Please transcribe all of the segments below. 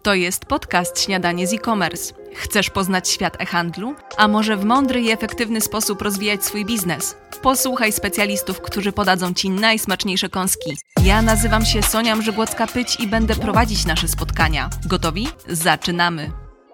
To jest podcast Śniadanie z e-commerce. Chcesz poznać świat e-handlu? A może w mądry i efektywny sposób rozwijać swój biznes? Posłuchaj specjalistów, którzy podadzą Ci najsmaczniejsze kąski. Ja nazywam się Sonia Mrzygłocka-Pyć i będę prowadzić nasze spotkania. Gotowi? Zaczynamy!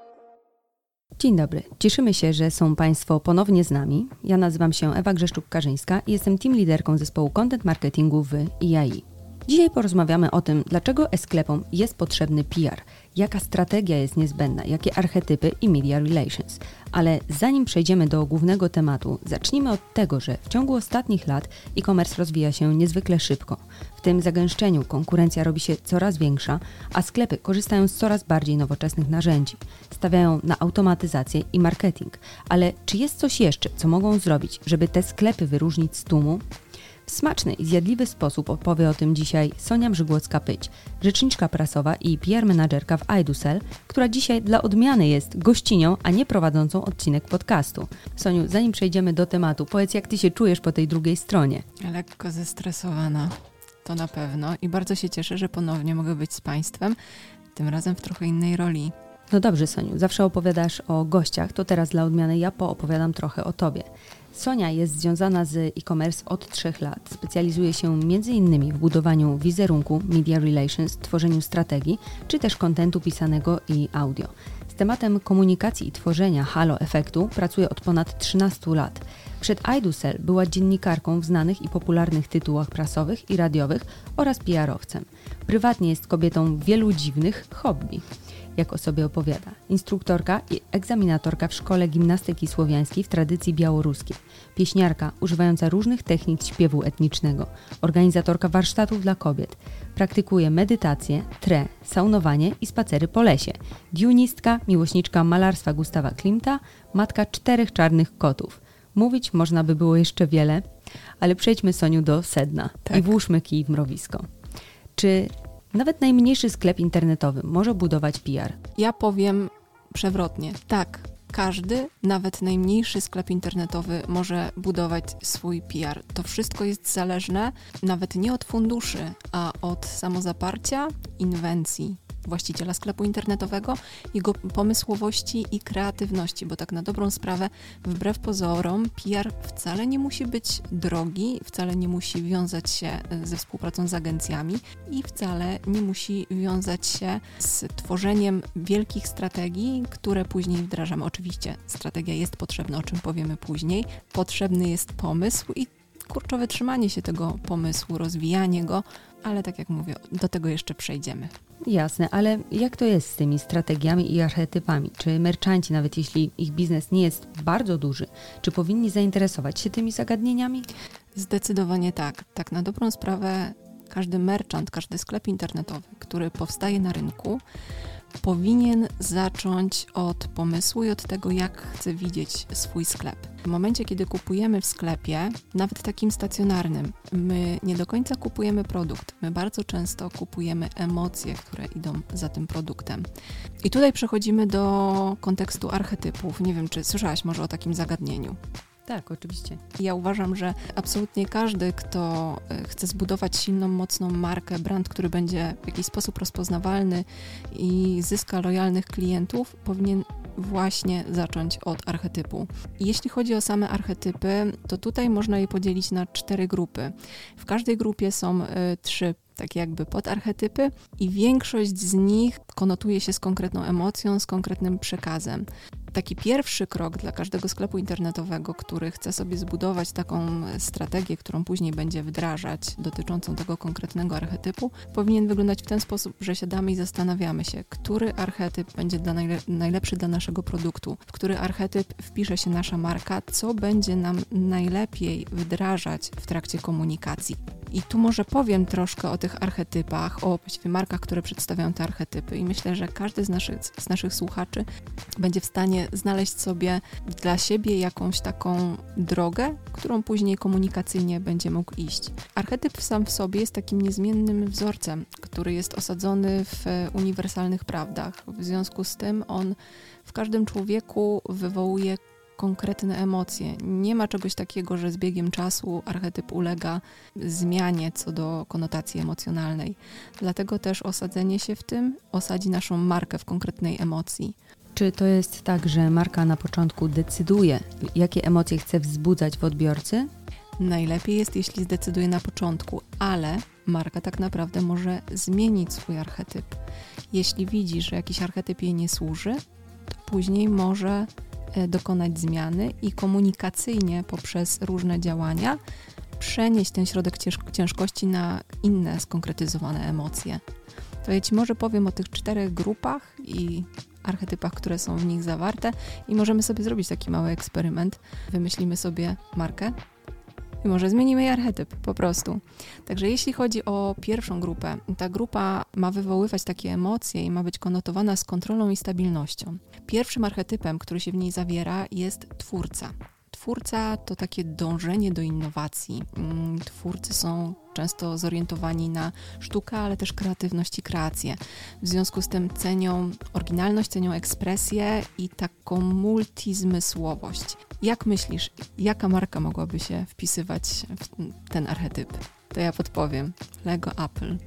Dzień dobry. Cieszymy się, że są Państwo ponownie z nami. Ja nazywam się Ewa Grzeszczuk-Karzyńska i jestem team liderką zespołu content marketingu w IAI. Dzisiaj porozmawiamy o tym, dlaczego e-sklepom jest potrzebny PR, jaka strategia jest niezbędna, jakie archetypy i media relations. Ale zanim przejdziemy do głównego tematu, zacznijmy od tego, że w ciągu ostatnich lat e-commerce rozwija się niezwykle szybko. W tym zagęszczeniu konkurencja robi się coraz większa, a sklepy korzystają z coraz bardziej nowoczesnych narzędzi. Stawiają na automatyzację i marketing. Ale czy jest coś jeszcze, co mogą zrobić, żeby te sklepy wyróżnić z tłumu? W smaczny i zjadliwy sposób opowie o tym dzisiaj Sonia Mrzygłocka-Pyć, rzeczniczka prasowa i PR menadżerka w iDoSell, która dzisiaj dla odmiany jest gościnią, a nie prowadzącą odcinek podcastu. Soniu, zanim przejdziemy do tematu, powiedz, jak Ty się czujesz po tej drugiej stronie? Lekko zestresowana, to na pewno, i bardzo się cieszę, że ponownie mogę być z Państwem, tym razem w trochę innej roli. No dobrze, Soniu, zawsze opowiadasz o gościach, to teraz dla odmiany ja poopowiadam trochę o Tobie. Sonia jest związana z e-commerce od 3 lat. Specjalizuje się m.in. w budowaniu wizerunku, media relations, tworzeniu strategii, czy też kontentu pisanego i audio. Z tematem komunikacji i tworzenia halo efektu pracuje od ponad 13 lat. Przed iDoSell była dziennikarką w znanych i popularnych tytułach prasowych i radiowych oraz PR-owcem. Prywatnie jest kobietą wielu dziwnych hobby, jak o sobie opowiada. Instruktorka i egzaminatorka w Szkole Gimnastyki Słowiańskiej w tradycji białoruskiej. Pieśniarka używająca różnych technik śpiewu etnicznego. Organizatorka warsztatów dla kobiet. Praktykuje medytację, trę, saunowanie i spacery po lesie. Dunistka, miłośniczka malarstwa Gustawa Klimta, matka 4 czarnych kotów. Mówić można by było jeszcze wiele, ale przejdźmy, Soniu, do sedna i włóżmy kij w mrowisko. Czy nawet najmniejszy sklep internetowy może budować PR? Ja powiem przewrotnie. Tak, każdy, nawet najmniejszy sklep internetowy może budować swój PR. To wszystko jest zależne nawet nie od funduszy, a od samozaparcia, inwencji właściciela sklepu internetowego, jego pomysłowości i kreatywności, bo tak na dobrą sprawę, wbrew pozorom, PR wcale nie musi być drogi, wcale nie musi wiązać się ze współpracą z agencjami i wcale nie musi wiązać się z tworzeniem wielkich strategii, które później wdrażamy. Oczywiście strategia jest potrzebna, o czym powiemy później. Potrzebny jest pomysł i kurczowe trzymanie się tego pomysłu, rozwijanie go, ale tak jak mówię, do tego jeszcze przejdziemy. Jasne, ale jak to jest z tymi strategiami i archetypami? Czy merchanci, nawet jeśli ich biznes nie jest bardzo duży, czy powinni zainteresować się tymi zagadnieniami? Zdecydowanie tak. Tak na dobrą sprawę każdy merchant, każdy sklep internetowy, który powstaje na rynku, powinien zacząć od pomysłu i od tego, jak chce widzieć swój sklep. W momencie, kiedy kupujemy w sklepie, nawet takim stacjonarnym, my nie do końca kupujemy produkt. My bardzo często kupujemy emocje, które idą za tym produktem. I tutaj przechodzimy do kontekstu archetypów. Nie wiem, czy słyszałaś może o takim zagadnieniu? Tak, oczywiście. Ja uważam, że absolutnie każdy, kto chce zbudować silną, mocną markę, brand, który będzie w jakiś sposób rozpoznawalny i zyska lojalnych klientów, powinien właśnie zacząć od archetypu. I jeśli chodzi o same archetypy, to tutaj można je podzielić na 4 grupy. W każdej grupie są 3 takie jakby podarchetypy i większość z nich konotuje się z konkretną emocją, z konkretnym przekazem. Taki pierwszy krok dla każdego sklepu internetowego, który chce sobie zbudować taką strategię, którą później będzie wdrażać dotyczącą tego konkretnego archetypu, powinien wyglądać w ten sposób, że siadamy i zastanawiamy się, który archetyp będzie najlepszy dla naszego produktu, w który archetyp wpisze się nasza marka, co będzie nam najlepiej wdrażać w trakcie komunikacji. I tu może powiem troszkę o tych archetypach, o właściwie markach, które przedstawiają te archetypy i myślę, że każdy z naszych słuchaczy będzie w stanie znaleźć sobie dla siebie jakąś taką drogę, którą później komunikacyjnie będzie mógł iść. Archetyp sam w sobie jest takim niezmiennym wzorcem, który jest osadzony w uniwersalnych prawdach. W związku z tym on w każdym człowieku wywołuje konkretne emocje. Nie ma czegoś takiego, że z biegiem czasu archetyp ulega zmianie co do konotacji emocjonalnej. Dlatego też osadzenie się w tym osadzi naszą markę w konkretnej emocji. Czy to jest tak, że marka na początku decyduje, jakie emocje chce wzbudzać w odbiorcy? Najlepiej jest, jeśli zdecyduje na początku, ale marka tak naprawdę może zmienić swój archetyp. Jeśli widzi, że jakiś archetyp jej nie służy, to później może dokonać zmiany i komunikacyjnie poprzez różne działania przenieść ten środek ciężkości na inne skonkretyzowane emocje. To ja Ci może powiem o tych 4 grupach i archetypach, które są w nich zawarte i możemy sobie zrobić taki mały eksperyment. Wymyślimy sobie markę i może zmienimy jej archetyp po prostu. Także jeśli chodzi o pierwszą grupę, ta grupa ma wywoływać takie emocje i ma być konotowana z kontrolą i stabilnością. Pierwszym archetypem, który się w niej zawiera, jest twórca. Twórca to takie dążenie do innowacji. Twórcy są często zorientowani na sztukę, ale też kreatywność i kreację. W związku z tym cenią oryginalność, cenią ekspresję i taką multizmysłowość. Jak myślisz, jaka marka mogłaby się wpisywać w ten archetyp? To ja podpowiem. Lego, Apple.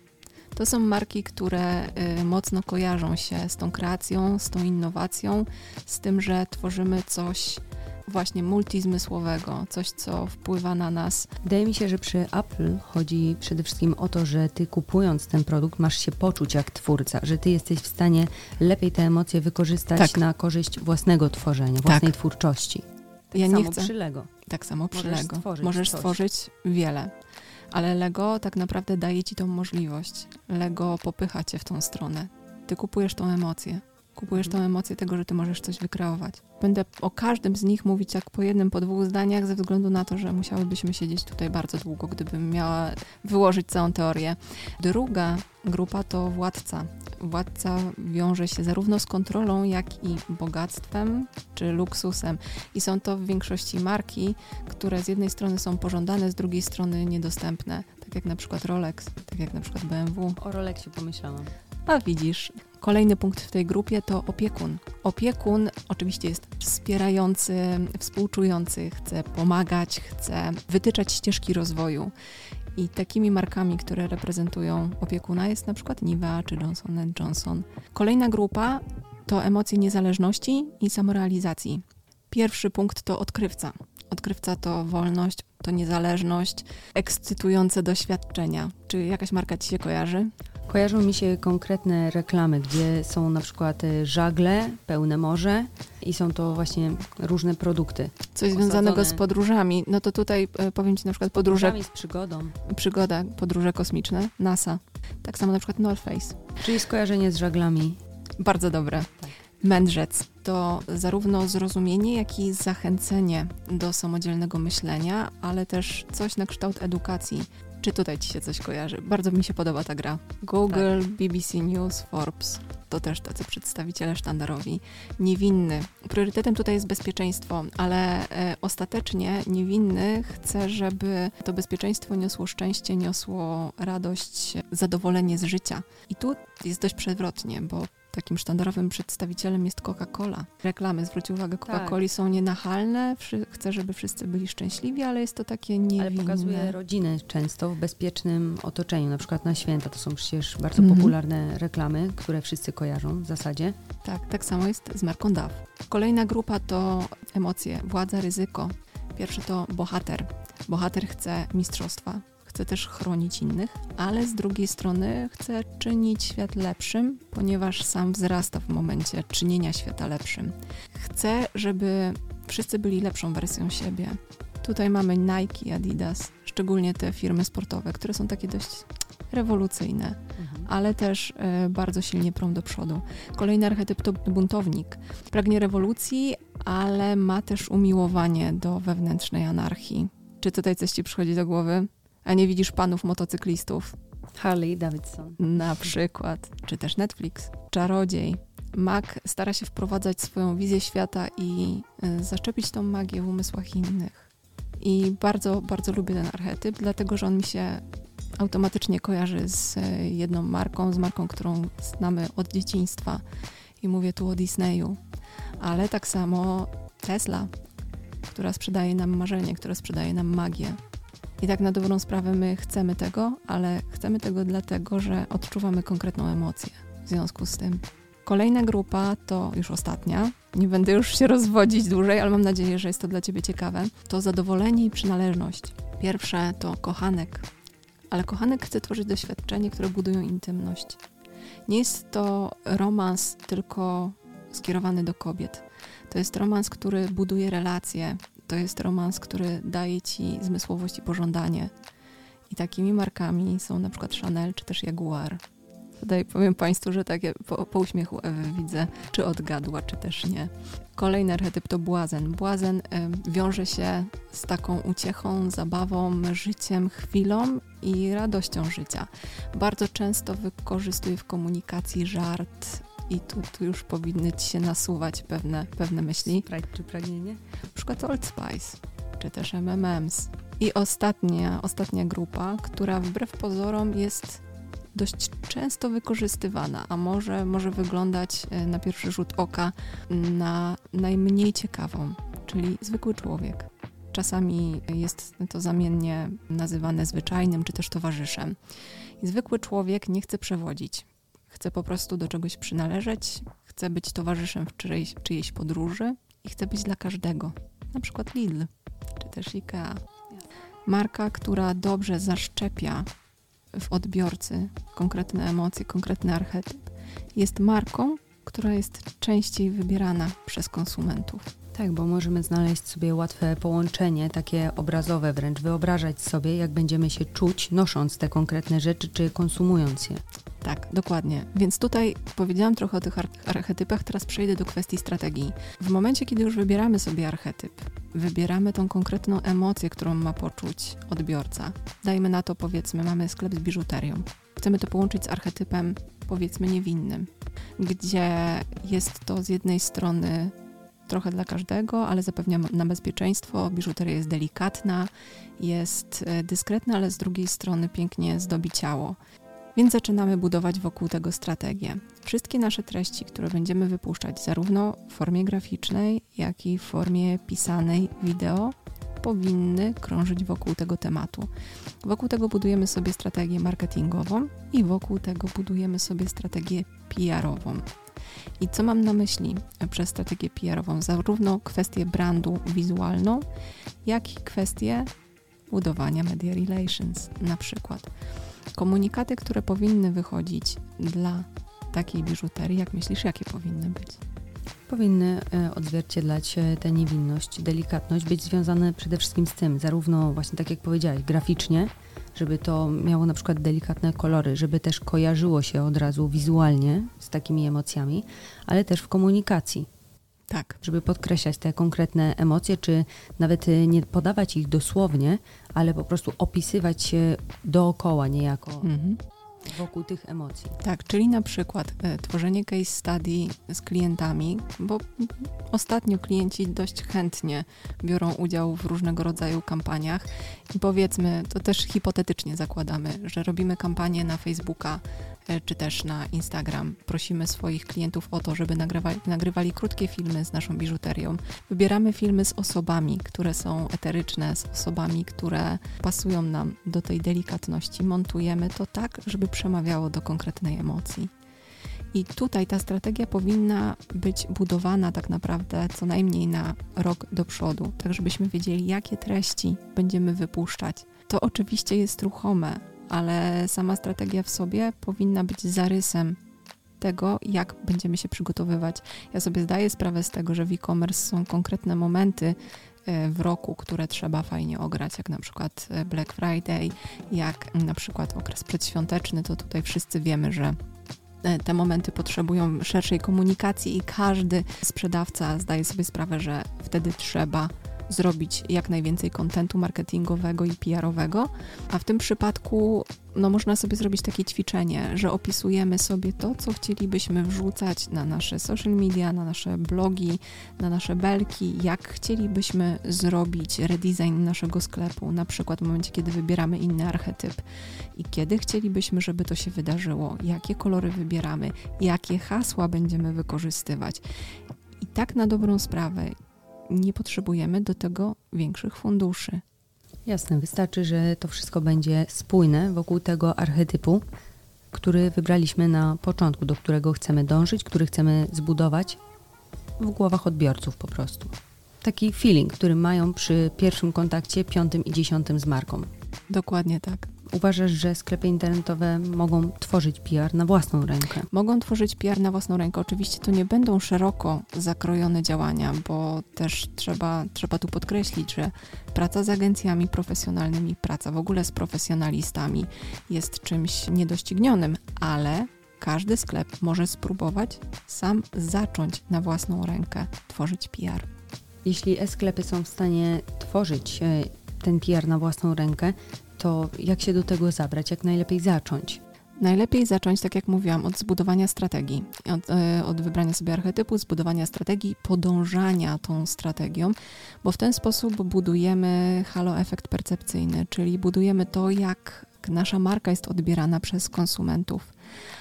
To są marki, które mocno kojarzą się z tą kreacją, z tą innowacją, z tym, że tworzymy coś właśnie multizmysłowego, coś, co wpływa na nas. Wydaje mi się, że przy Apple chodzi przede wszystkim o to, że ty kupując ten produkt masz się poczuć jak twórca, że ty jesteś w stanie lepiej te emocje wykorzystać na korzyść własnego tworzenia, własnej twórczości. Ja samo nie chcę. Przy Lego. Tak samo przy Możesz Lego. stworzyć Możesz coś. stworzyć wiele. Ale Lego tak naprawdę daje ci tą możliwość. Lego popycha cię w tą stronę. Ty kupujesz tą emocję. Kupujesz tą emocję tego, że ty możesz coś wykreować. Będę o każdym z nich mówić jak po jednym, po 2 zdaniach, ze względu na to, że musiałybyśmy siedzieć tutaj bardzo długo, gdybym miała wyłożyć całą teorię. Druga grupa to władca. Władca wiąże się zarówno z kontrolą, jak i bogactwem czy luksusem. I są to w większości marki, które z jednej strony są pożądane, z drugiej strony niedostępne. Tak jak na przykład Rolex, tak jak na przykład BMW. O Rolexie pomyślałam. A widzisz, kolejny punkt w tej grupie to opiekun. Opiekun oczywiście jest wspierający, współczujący, chce pomagać, chce wytyczać ścieżki rozwoju. I takimi markami, które reprezentują opiekuna jest na przykład Nivea czy Johnson & Johnson. Kolejna grupa to emocje niezależności i samorealizacji. Pierwszy punkt to odkrywca. Odkrywca to wolność, to niezależność, ekscytujące doświadczenia. Czy jakaś marka ci się kojarzy? Kojarzą mi się konkretne reklamy, gdzie są na przykład żagle, pełne morze i są to właśnie różne produkty. Coś związanego z podróżami. No to tutaj powiem ci na przykład Z przygodą. Przygoda, podróże kosmiczne, NASA. Tak samo na przykład North Face. Czyli skojarzenie z żaglami. Bardzo dobre. Tak. Mędrzec to zarówno zrozumienie, jak i zachęcenie do samodzielnego myślenia, ale też coś na kształt edukacji. Czy tutaj ci się coś kojarzy? Bardzo mi się podoba ta gra. Google, tak. BBC News, Forbes. To też tacy przedstawiciele sztandarowi. Niewinny. Priorytetem tutaj jest bezpieczeństwo, ale ostatecznie niewinny chce, żeby to bezpieczeństwo niosło szczęście, niosło radość, zadowolenie z życia. I tu jest dość przewrotnie, bo takim sztandarowym przedstawicielem jest Coca-Cola. Reklamy, zwróć uwagę, Coca-Coli są nienachalne, chce, żeby wszyscy byli szczęśliwi, ale jest to takie niewinne. Ale pokazuje rodziny często w bezpiecznym otoczeniu, na przykład na święta. To są przecież bardzo popularne reklamy, które wszyscy kojarzą w zasadzie. Tak samo jest z marką Dove. Kolejna grupa to emocje, władza, ryzyko. Pierwszy to bohater. Bohater chce mistrzostwa. Chce też chronić innych, ale z drugiej strony chce czynić świat lepszym, ponieważ sam wzrasta w momencie czynienia świata lepszym. Chce, żeby wszyscy byli lepszą wersją siebie. Tutaj mamy Nike, Adidas, szczególnie te firmy sportowe, które są takie dość rewolucyjne, ale też bardzo silnie prą do przodu. Kolejny archetyp to buntownik. Pragnie rewolucji, ale ma też umiłowanie do wewnętrznej anarchii. Czy tutaj coś ci przychodzi do głowy? A nie widzisz panów motocyklistów? Harley Davidson. Na przykład. Czy też Netflix. Czarodziej. Mag stara się wprowadzać swoją wizję świata i zaszczepić tą magię w umysłach innych. I bardzo, bardzo lubię ten archetyp, dlatego że on mi się automatycznie kojarzy z jedną marką, z marką, którą znamy od dzieciństwa. I mówię tu o Disneyu. Ale tak samo Tesla, która sprzedaje nam marzenie, która sprzedaje nam magię. I tak na dobrą sprawę my chcemy tego, ale chcemy tego dlatego, że odczuwamy konkretną emocję w związku z tym. Kolejna grupa, to już ostatnia, nie będę już się rozwodzić dłużej, ale mam nadzieję, że jest to dla Ciebie ciekawe, to zadowolenie i przynależność. Pierwsze to kochanek, ale kochanek chce tworzyć doświadczenie, które budują intymność. Nie jest to romans tylko skierowany do kobiet. To jest romans, który buduje relacje. To jest romans, który daje Ci zmysłowość i pożądanie. I takimi markami są na przykład Chanel czy też Jaguar. Tutaj powiem Państwu, że takie po uśmiechu Ewy widzę, czy odgadła, czy też nie. Kolejny archetyp to błazen. Błazen wiąże się z taką uciechą, zabawą, życiem, chwilą i radością życia. Bardzo często wykorzystuje w komunikacji żart i tu już powinny Ci się nasuwać pewne myśli. Sprite czy pragnienie? Na przykład Old Spice, czy też M&M's. I ostatnia grupa, która wbrew pozorom jest dość często wykorzystywana, a może wyglądać na pierwszy rzut oka na najmniej ciekawą, czyli zwykły człowiek. Czasami jest to zamiennie nazywane zwyczajnym czy też towarzyszem. I zwykły człowiek nie chce przewodzić. Chce po prostu do czegoś przynależeć, chce być towarzyszem w czyjejś podróży i chce być dla każdego. Na przykład Lidl czy też IKEA. Marka, która dobrze zaszczepia w odbiorcy konkretne emocje, konkretny archetyp, jest marką, która jest częściej wybierana przez konsumentów. Tak, bo możemy znaleźć sobie łatwe połączenie, takie obrazowe wręcz, wyobrażać sobie, jak będziemy się czuć, nosząc te konkretne rzeczy, czy konsumując je. Tak, dokładnie. Więc tutaj powiedziałam trochę o tych archetypach, teraz przejdę do kwestii strategii. W momencie, kiedy już wybieramy sobie archetyp, wybieramy tą konkretną emocję, którą ma poczuć odbiorca. Dajmy na to, powiedzmy, mamy sklep z biżuterią. Chcemy to połączyć z archetypem, powiedzmy, niewinnym, gdzie jest to z jednej strony trochę dla każdego, ale zapewnia nam bezpieczeństwo. Biżuteria jest delikatna, jest dyskretna, ale z drugiej strony pięknie zdobi ciało. Więc zaczynamy budować wokół tego strategię. Wszystkie nasze treści, które będziemy wypuszczać zarówno w formie graficznej, jak i w formie pisanej wideo, powinny krążyć wokół tego tematu. Wokół tego budujemy sobie strategię marketingową i wokół tego budujemy sobie strategię PR-ową. I co mam na myśli przez strategię PR-ową? Zarówno kwestię brandu wizualną, jak i kwestię budowania media relations na przykład. Komunikaty, które powinny wychodzić dla takiej biżuterii, jak myślisz, jakie powinny być? Powinny odzwierciedlać tę niewinność, delikatność, być związane przede wszystkim z tym, zarówno właśnie tak jak powiedziałaś, graficznie, żeby to miało na przykład delikatne kolory, żeby też kojarzyło się od razu wizualnie z takimi emocjami, ale też w komunikacji. Tak. Żeby podkreślać te konkretne emocje, czy nawet nie podawać ich dosłownie, ale po prostu opisywać się dookoła niejako wokół tych emocji. Tak, czyli na przykład tworzenie case study z klientami, bo ostatnio klienci dość chętnie biorą udział w różnego rodzaju kampaniach i powiedzmy, to też hipotetycznie zakładamy, że robimy kampanię na Facebooka czy też na Instagram. Prosimy swoich klientów o to, żeby nagrywali krótkie filmy z naszą biżuterią. Wybieramy filmy z osobami, które są eteryczne, z osobami, które pasują nam do tej delikatności. Montujemy to tak, żeby przemawiało do konkretnej emocji. I tutaj ta strategia powinna być budowana tak naprawdę co najmniej na rok do przodu, tak żebyśmy wiedzieli, jakie treści będziemy wypuszczać. To oczywiście jest ruchome, ale sama strategia w sobie powinna być zarysem tego, jak będziemy się przygotowywać. Ja sobie zdaję sprawę z tego, że w e-commerce są konkretne momenty w roku, które trzeba fajnie ograć, jak na przykład Black Friday, jak na przykład okres przedświąteczny, to tutaj wszyscy wiemy, że te momenty potrzebują szerszej komunikacji i każdy sprzedawca zdaje sobie sprawę, że wtedy trzeba zrobić jak najwięcej kontentu marketingowego i PR-owego, a w tym przypadku można sobie zrobić takie ćwiczenie, że opisujemy sobie to, co chcielibyśmy wrzucać na nasze social media, na nasze blogi, na nasze belki, jak chcielibyśmy zrobić redesign naszego sklepu, na przykład w momencie, kiedy wybieramy inny archetyp i kiedy chcielibyśmy, żeby to się wydarzyło, jakie kolory wybieramy, jakie hasła będziemy wykorzystywać. I tak na dobrą sprawę, nie potrzebujemy do tego większych funduszy. Jasne, wystarczy, że to wszystko będzie spójne wokół tego archetypu, który wybraliśmy na początku, do którego chcemy dążyć, który chcemy zbudować w głowach odbiorców po prostu. Taki feeling, który mają przy pierwszym kontakcie 5. i 10. z marką. Dokładnie tak. Uważasz, że sklepy internetowe mogą tworzyć PR na własną rękę? Mogą tworzyć PR na własną rękę. Oczywiście to nie będą szeroko zakrojone działania, bo też trzeba tu podkreślić, że praca z agencjami profesjonalnymi, praca w ogóle z profesjonalistami jest czymś niedoścignionym, ale każdy sklep może spróbować sam zacząć na własną rękę tworzyć PR. Jeśli e-sklepy są w stanie tworzyć ten PR na własną rękę, to jak się do tego zabrać? Jak najlepiej zacząć? Najlepiej zacząć, tak jak mówiłam, od zbudowania strategii, od wybrania sobie archetypu, zbudowania strategii, podążania tą strategią, bo w ten sposób budujemy halo efekt percepcyjny, czyli budujemy to, jak nasza marka jest odbierana przez konsumentów.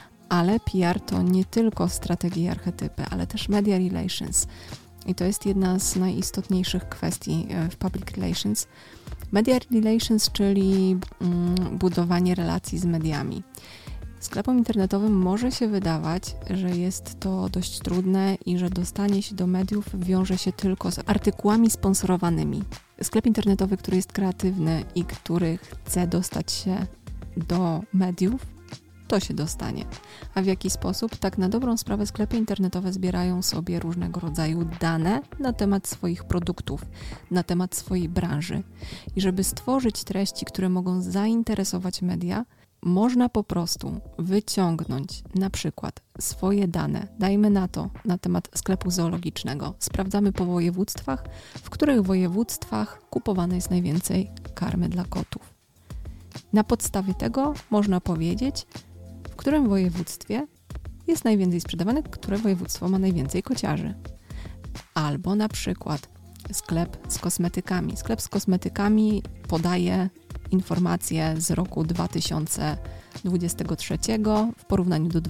Ale PR to nie tylko strategie i archetypy, ale też media relations. I to jest jedna z najistotniejszych kwestii w public relations. Media relations, czyli budowanie relacji z mediami. Sklepom internetowym może się wydawać, że jest to dość trudne i że dostanie się do mediów wiąże się tylko z artykułami sponsorowanymi. Sklep internetowy, który jest kreatywny i który chce dostać się do mediów, to się dostanie. A w jaki sposób? Tak na dobrą sprawę sklepy internetowe zbierają sobie różnego rodzaju dane na temat swoich produktów, na temat swojej branży. I żeby stworzyć treści, które mogą zainteresować media, można po prostu wyciągnąć na przykład swoje dane, dajmy na temat sklepu zoologicznego. Sprawdzamy po województwach, w których województwach kupowane jest najwięcej karmy dla kotów. Na podstawie tego można powiedzieć, w którym województwie jest najwięcej sprzedawane, które województwo ma najwięcej kociarzy. Albo na przykład sklep z kosmetykami. Sklep z kosmetykami podaje informacje z roku 2023 w porównaniu do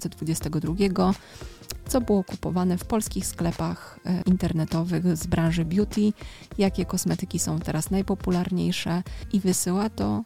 2022, co było kupowane w polskich sklepach internetowych z branży beauty, jakie kosmetyki są teraz najpopularniejsze i wysyła to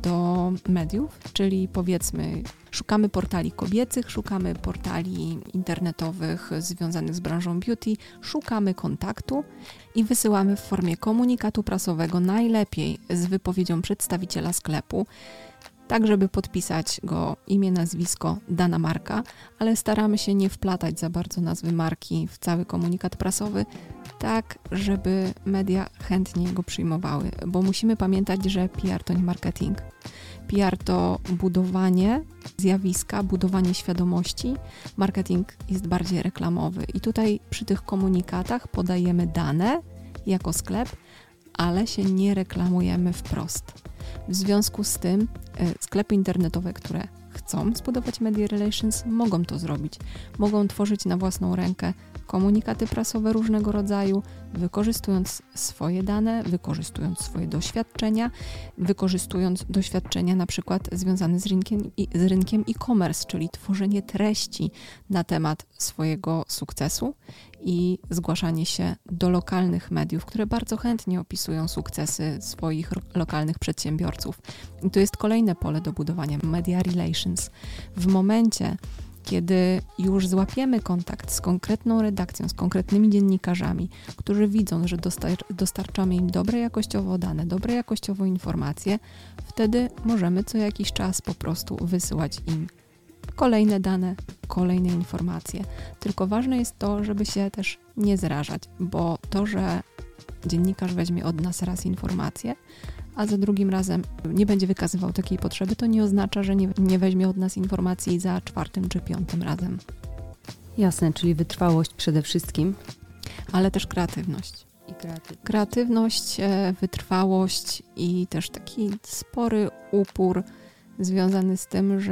do mediów, czyli powiedzmy szukamy portali kobiecych, szukamy portali internetowych związanych z branżą beauty, szukamy kontaktu i wysyłamy w formie komunikatu prasowego, najlepiej z wypowiedzią przedstawiciela sklepu, tak żeby podpisać go imię, nazwisko, dana marka, ale staramy się nie wplatać za bardzo nazwy marki w cały komunikat prasowy, tak żeby media chętnie go przyjmowały, bo musimy pamiętać, że PR to nie marketing. PR to budowanie zjawiska, budowanie świadomości. Marketing jest bardziej reklamowy i tutaj przy tych komunikatach podajemy dane jako sklep, ale się nie reklamujemy wprost. W związku z tym sklepy internetowe, które chcą zbudować media relations, mogą to zrobić. Mogą tworzyć na własną rękę komunikaty prasowe różnego rodzaju, wykorzystując swoje dane, wykorzystując swoje doświadczenia, wykorzystując doświadczenia na przykład związane z rynkiem e-commerce, czyli tworzenie treści na temat swojego sukcesu i zgłaszanie się do lokalnych mediów, które bardzo chętnie opisują sukcesy swoich lokalnych przedsiębiorców. I to jest kolejne pole do budowania media relations. W momencie, kiedy już złapiemy kontakt z konkretną redakcją, z konkretnymi dziennikarzami, którzy widzą, że dostarczamy im dobre jakościowo dane, dobre jakościowo informacje, wtedy możemy co jakiś czas po prostu wysyłać im kolejne dane, kolejne informacje. Tylko ważne jest to, żeby się też nie zrażać, bo to, że dziennikarz weźmie od nas raz informację, a za drugim razem nie będzie wykazywał takiej potrzeby, to nie oznacza, że nie weźmie od nas informacji za 4. czy 5. razem. Jasne, czyli wytrwałość przede wszystkim. Ale też kreatywność. Kreatywność, wytrwałość i też taki spory upór związany z tym,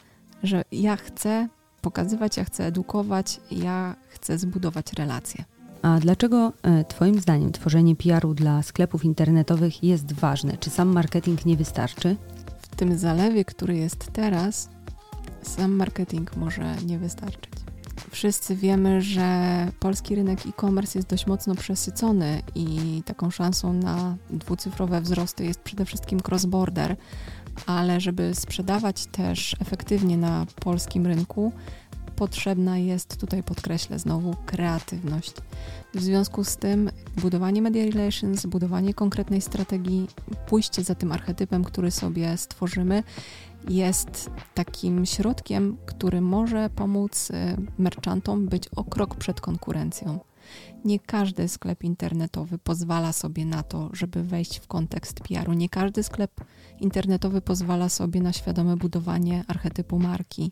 że ja chcę pokazywać, ja chcę edukować, ja chcę zbudować relacje. A dlaczego Twoim zdaniem tworzenie PR-u dla sklepów internetowych jest ważne? Czy sam marketing nie wystarczy? W tym zalewie, który jest teraz, sam marketing może nie wystarczyć. Wszyscy wiemy, że polski rynek e-commerce jest dość mocno przesycony i taką szansą na dwucyfrowe wzrosty jest przede wszystkim cross-border, ale żeby sprzedawać też efektywnie na polskim rynku, potrzebna jest, tutaj podkreślę znowu, kreatywność. W związku z tym budowanie media relations, budowanie konkretnej strategii, pójście za tym archetypem, który sobie stworzymy, jest takim środkiem, który może pomóc merchantom być o krok przed konkurencją. Nie każdy sklep internetowy pozwala sobie na to, żeby wejść w kontekst PR-u. Nie każdy sklep internetowy pozwala sobie na świadome budowanie archetypu marki.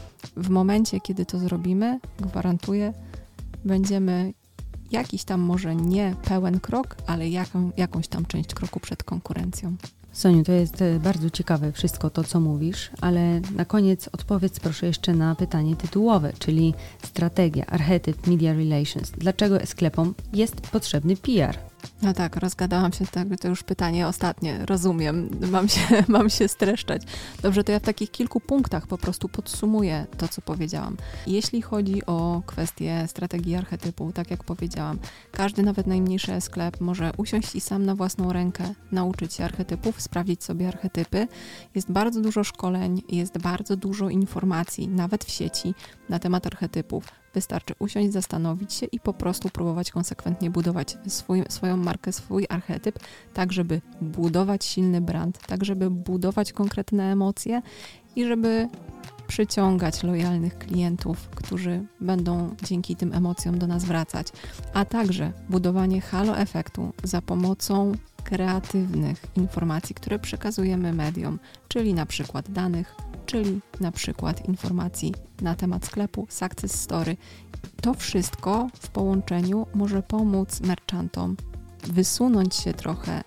W momencie, kiedy to zrobimy, gwarantuję, będziemy jakiś tam może nie pełen krok, ale jakąś tam część kroku przed konkurencją. Soniu, to jest bardzo ciekawe wszystko to, co mówisz, ale na koniec odpowiedz proszę jeszcze na pytanie tytułowe, czyli strategia, archetyp, media relations. Dlaczego sklepom jest potrzebny PR? No tak, rozgadałam się, tak, to już pytanie ostatnie, rozumiem, mam się streszczać. Dobrze, to ja w takich kilku punktach po prostu podsumuję to, co powiedziałam. Jeśli chodzi o kwestię strategii archetypu, tak jak powiedziałam, każdy, nawet najmniejszy sklep może usiąść i sam na własną rękę nauczyć się archetypów, sprawdzić sobie archetypy. Jest bardzo dużo szkoleń, jest bardzo dużo informacji, nawet w sieci, na temat archetypów. Wystarczy usiąść, zastanowić się i po prostu próbować konsekwentnie budować swoją markę, swój archetyp, tak żeby budować silny brand, tak żeby budować konkretne emocje i żeby przyciągać lojalnych klientów, którzy będą dzięki tym emocjom do nas wracać, a także budowanie halo efektu za pomocą kreatywnych informacji, które przekazujemy mediom, czyli na przykład danych, czyli na przykład informacji na temat sklepu, success story. To wszystko w połączeniu może pomóc merchantom wysunąć się trochę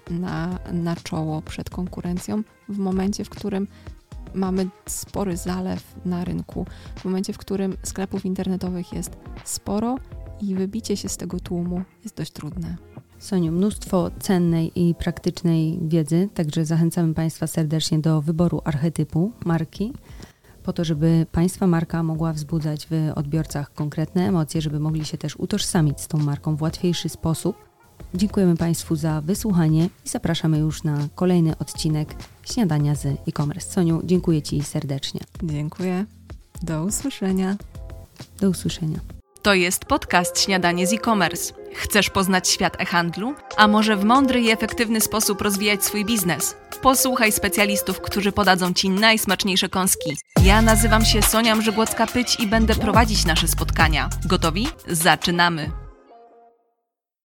na czoło przed konkurencją w momencie, w którym mamy spory zalew na rynku, w momencie, w którym sklepów internetowych jest sporo i wybicie się z tego tłumu jest dość trudne. Soniu, mnóstwo cennej i praktycznej wiedzy, także zachęcamy Państwa serdecznie do wyboru archetypu marki, po to, żeby Państwa marka mogła wzbudzać w odbiorcach konkretne emocje, żeby mogli się też utożsamić z tą marką w łatwiejszy sposób. Dziękujemy Państwu za wysłuchanie i zapraszamy już na kolejny odcinek Śniadania z e-commerce. Soniu, dziękuję Ci serdecznie. Dziękuję. Do usłyszenia. Do usłyszenia. To jest podcast Śniadanie z e-commerce. Chcesz poznać świat e-handlu? A może w mądry i efektywny sposób rozwijać swój biznes? Posłuchaj specjalistów, którzy podadzą Ci najsmaczniejsze kąski. Ja nazywam się Sonia Mrzygłocka-Pyć i będę prowadzić nasze spotkania. Gotowi? Zaczynamy!